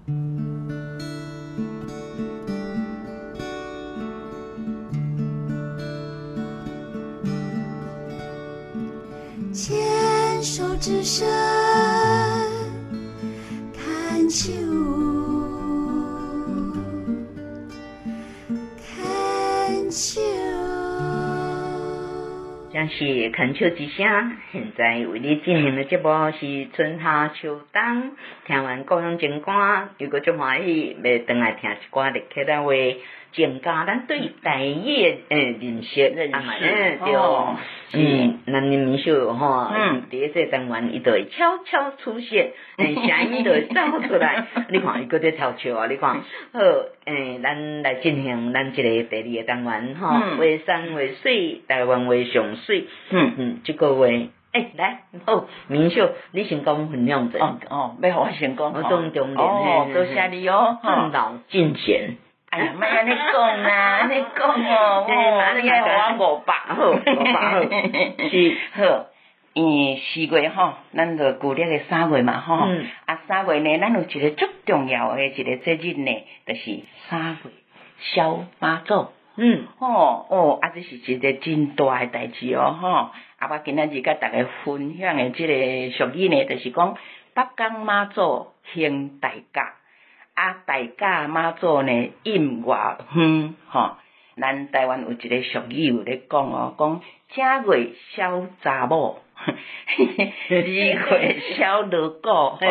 牵手之声看秋，看秋。 这是看秋之声，现在为你进行的节目是春夏秋冬。听完各种情歌，如果足欢喜，要回来听一寡的客家话，增加咱对台语的认识。对，咱的民宿吼，第一个单元伊就会悄悄出现，声音就会走出来。你看伊搁在跳笑啊！你看，好，咱来进行咱这个第二个单元吼，话山话水，台湾话上水。这个话。来，好，民宿，你先讲分享者。 要我先讲。 我种重点。 多谢你哦。 尊老敬贤。 哎呀，莫安尼讲啦，安尼讲哦，你爱我500好，500好，是好。4月吼，咱就旧历的3月嘛吼，3月呢，咱有一个足重要的一个节日呢，就是3月小妈祖。这是一个真大的代志哦吼。我今仔日甲大家分享的这个俗语呢，就是讲北港妈祖行大驾。大驾妈祖呢，应外远吼。咱台湾有一个俗语有咧讲哦，讲正月小查某，2月小锣鼓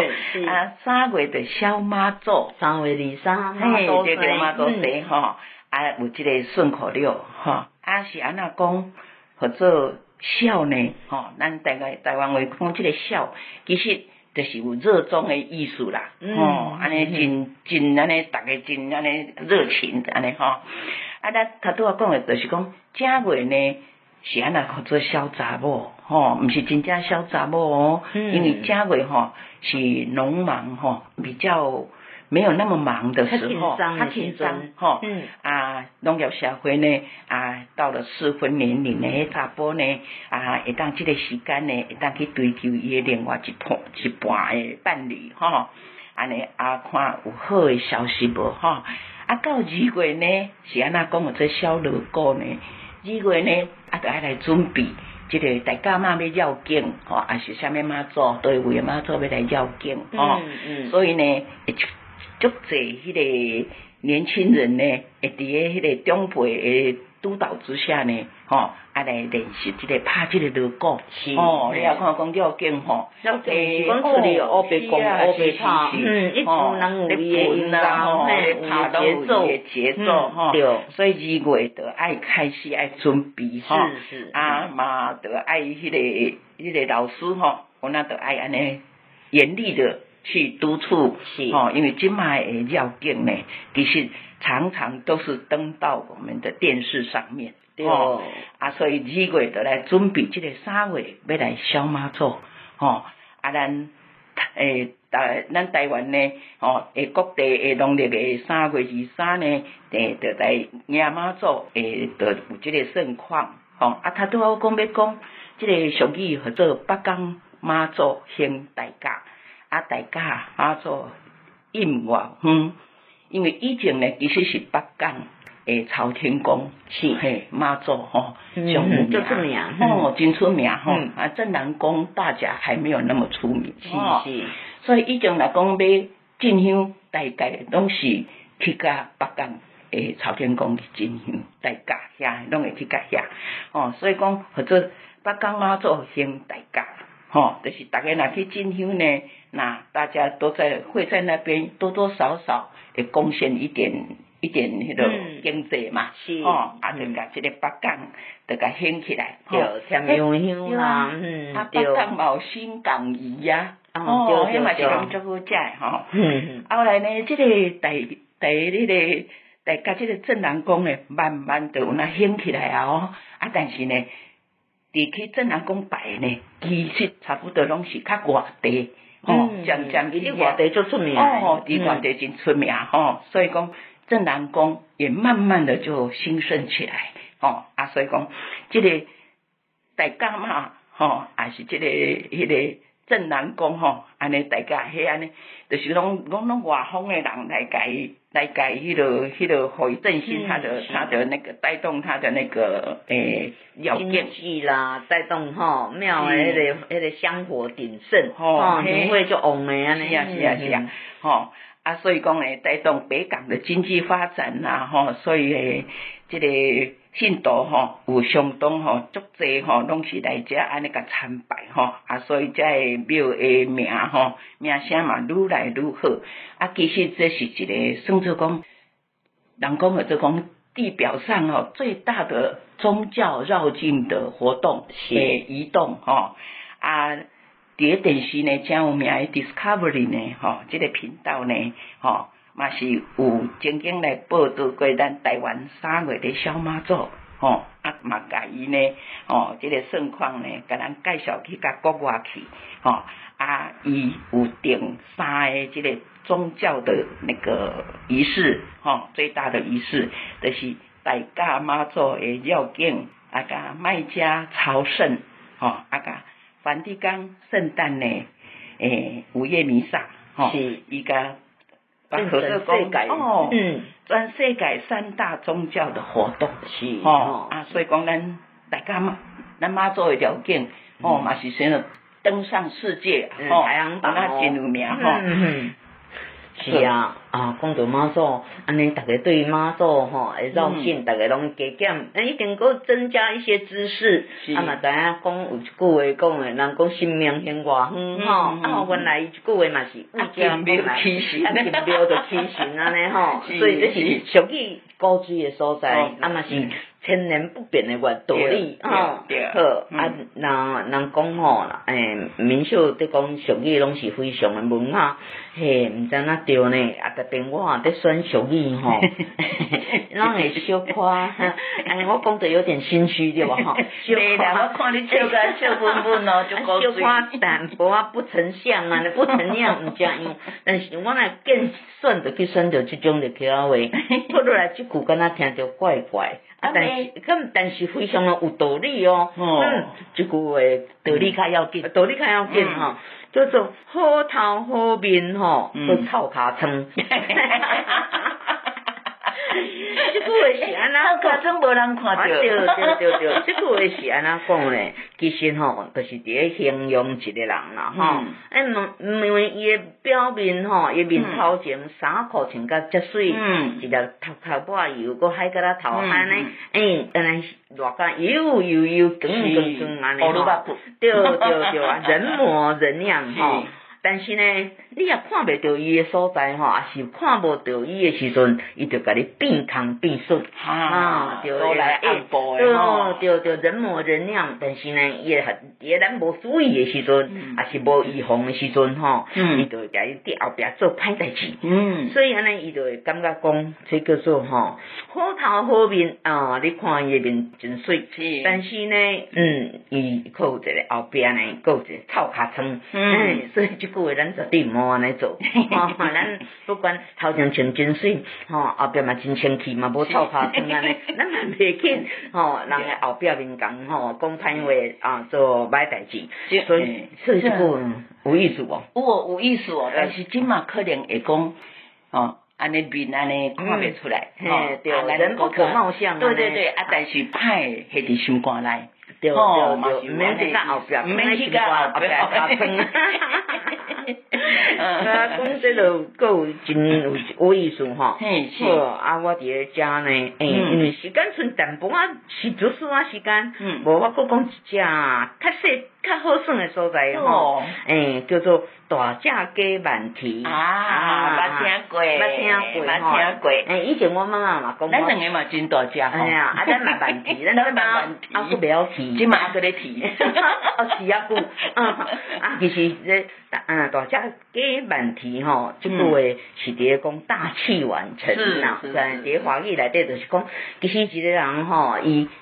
，3月就小妈祖 ，3月23 这个妈祖节吼，有这个顺口溜吼，是安那讲，或者孝呢吼，咱台湾话讲这个孝，其实就是有热衷的意思啦，安尼真安尼，大家真安尼热情安尼吼。咱头拄仔讲的，就是讲正月呢是安那叫做小查某吼，毋是真正小查某哦，因为正月吼是农忙吼，比较没有那么忙的时候，较轻松吼。农业社会呢到了适婚年龄呢，查甫呢会当这个时间呢，会当去追求伊的另外一半的伴侣吼。安尼看有好的消息无吼。到2月呢，是安那讲这小锣鼓呢？2月呢，就爱来准备这个大家妈要绕境吼，也是啥物妈祖，对位的妈祖要来绕境吼。所以呢，足侪迄个年轻人呢，会伫迄个长辈的督导之下呢，来练习这个拍这个锣鼓。你也看讲绕境吼， 是讲出嚟乌白讲乌白拍，一群人有伊的音乐， 拍到有伊的节奏吼。所以2月就爱开始爱准备吼，嘛就爱迄个老师吼，我那就爱安尼严厉的去督促，因为今卖的绕境呢，其实常常都是登到我们的电视上面。所以2月就来准备这个3月要来小妈祖咱台湾呢各地的农历的3月23呢，就来迎妈祖就有这个盛况头拄我讲要讲这个俗语叫做北港妈祖行大驾，大驾妈祖应外远，因为以前呢其实是北港朝天宫是妈祖上有名， 就出名真出名镇南宫大家还没有那么出名是，所以以前来讲要进香，大概拢是去甲北港朝天宫去进香，大驾遐拢会去甲遐所以讲或者北港妈祖行大驾就是大家若去进香呢，那大家都会在那边多多少少会贡献一点迄个经济嘛，就甲这个北港就甲兴起来， 添香啦， 北港嘛有新港鱼啊，迄嘛是拢足好食的后来呢，这个迄个大家这个镇南宫呢，慢慢就有那兴起来但是呢，去镇南宫拜呢，其实差不多拢是较外地，渐去外地就出名， 伫外地真出名所以讲。镇南宫也慢慢的就兴盛起来，所以讲这个大家嘛，也是这个迄个正南宫吼，安尼大家迄安尼，就是拢外方的人来改迄个互伊振兴他的那个带动他的那个要经济啦，带动吼庙的迄个香火鼎盛，年会就旺的安尼。 是啊，吼啊，所以讲咧带动北港的经济发展啦，吼，所以这个信徒吼有相当吼足济吼，拢是来遮安尼甲参拜吼，啊，所以遮个庙的名声嘛愈来愈好。啊，其实这是一个算做讲，人讲或者讲地表上吼最大的宗教绕境的活动移动吼啊。伫电视呢，真有名的 Discovery 呢，这个频道呢，嘛是有曾经来报道过咱台湾3月的小妈祖，啊嘛甲伊呢，这个盛况呢，甲咱介绍去甲国外去，啊伊有定3个这个宗教的那个仪式，最大的仪式就是大甲妈祖的绕境，啊甲麦加朝圣，啊甲梵蒂冈圣诞呢，午夜弥撒， 是伊甲全世界全世界3大宗教的活动， 是啊，所以讲咱妈祖的条件，嘛是先登上世界， 排行榜那真有名， 是啊，讲到妈祖，安尼大家对妈祖会绕境，大家拢加减，一定够增加一些知识。嘛，知影讲有一句话讲的，人讲生命现外远原来一句话嘛是为家庙起神， 入庙就起神安尼所以这是属于古锥的所在，嘛是千年不变的道理好，人讲民俗在讲俗语拢是非常的文化，毋知哪对呢？特别我在选俗语拢会小夸，我讲得有点心虚对吧？ 对啦，我看你笑个笑喷喷哦，就小夸淡薄不成像啊，不成样，毋正样。但是我若见选就去选着这种就起话，后来这句敢若听着怪怪。但是非常的有道理哦。这句话道理较要紧，叫做好头好面都臭尻川。这句话是安怎讲？真无人看到。 对，这句话是安怎讲咧？其实就是伫咧形容一个人啦，因为伊的表面伊面头前衫裤穿甲遮水，一粒头发油，搁海甲头安尼，安尼热甲油光安尼对，人模人样但是呢，你也看袂到伊的所在也是看无到伊的时阵，伊就甲你变空变顺都来暗部的对，人模人样。但是呢，伊咱无注意的时阵，也是无预防的时阵伊就会甲你伫后壁做歹代志。所以安尼，伊就会感觉讲，这叫做好头好面你看伊的面真水，但是呢，伊佫有一个后壁呢，佫有一个臭尻川，所以这句话咱绝对毋好安尼做。咱不管头前穿真水，后壁嘛真清气，嘛无臭尻川安尼，咱嘛袂紧。人诶后壁面讲讲歹话做歹代志，所以这句有意思无？ 有意思但是即嘛可能会讲安尼面安尼看袂出来， 对，人不可貌相。 对，但是歹迄伫心肝内。 对，毋免去甲后壁， 毋免去甲后壁尻川。讲这个佫有真有意思好，我伫咧遮呢，因为时间剩淡薄是读书时间，无我佫讲一只较细较好耍的所在叫做大只鸡慢蹄捌听过以前我妈妈嘛讲， 咱两个嘛真大只咱嘛慢蹄，咱佫袂晓蹄， 即嘛佫咧蹄， 蹄久，其实这大只鸡慢蹄这句话是伫咧讲大器晚成啦，在华语内底就是讲，其实一个人伊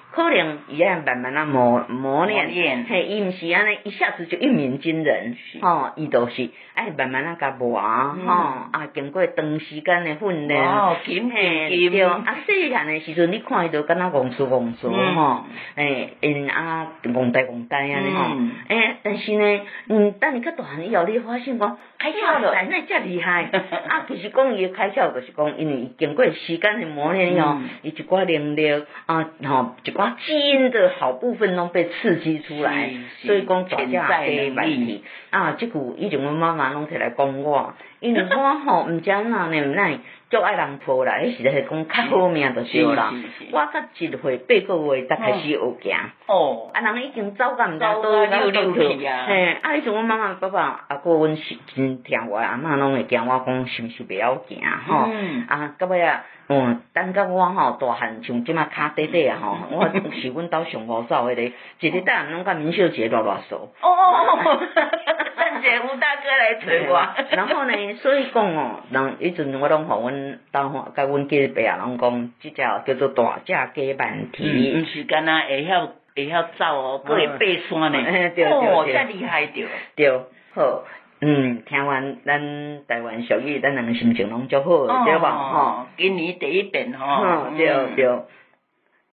可能伊要慢慢啊磨练，嘿，伊毋是安尼一下子就一鸣惊人，吼，伊都是爱慢慢啊甲磨，吼，啊，经过长时间的训练，对，啊，细汉的时阵，你看伊就敢若戆厝，吼，因戆呆安尼吼，但是呢，等伊较大汉以后，你发现讲开窍了，那遮厉害，啊，其实讲伊的开窍就是讲，因为伊经过时间的磨练以后，伊一寡能力啊，吼，一寡基因的好部分拢被刺激出来，所以讲大家加慢去啊，即句以前阮妈妈拢摕来讲我，因为我吼毋知哪呢，哪足爱人抱啦，迄时咧讲较好命就对啦。我较1岁8个月才开始学行。哦。啊，人已经走到毋知倒溜去啊。嘿，啊，迄阵阮妈妈、爸爸啊，过阮真听我阿嬷拢会惊我讲是毋是袂晓行吼。啊，到尾啊。等到我吼大汉像即马骹短短啊吼，我是阮兜上好走的咧，一日搭人拢甲民秀节乱数。等者吴大哥来找我。然后呢，所以讲哦，人迄阵我拢互阮兜甲阮姐伯啊，拢讲即只叫做大只加慢蹄。 毋是干那会晓走哦，佫会爬山呢。 对， 遮厉害着。 对，好。听完咱台湾俗语，咱两个心情拢足好，对吧？吼， 今年第一遍吼。 对，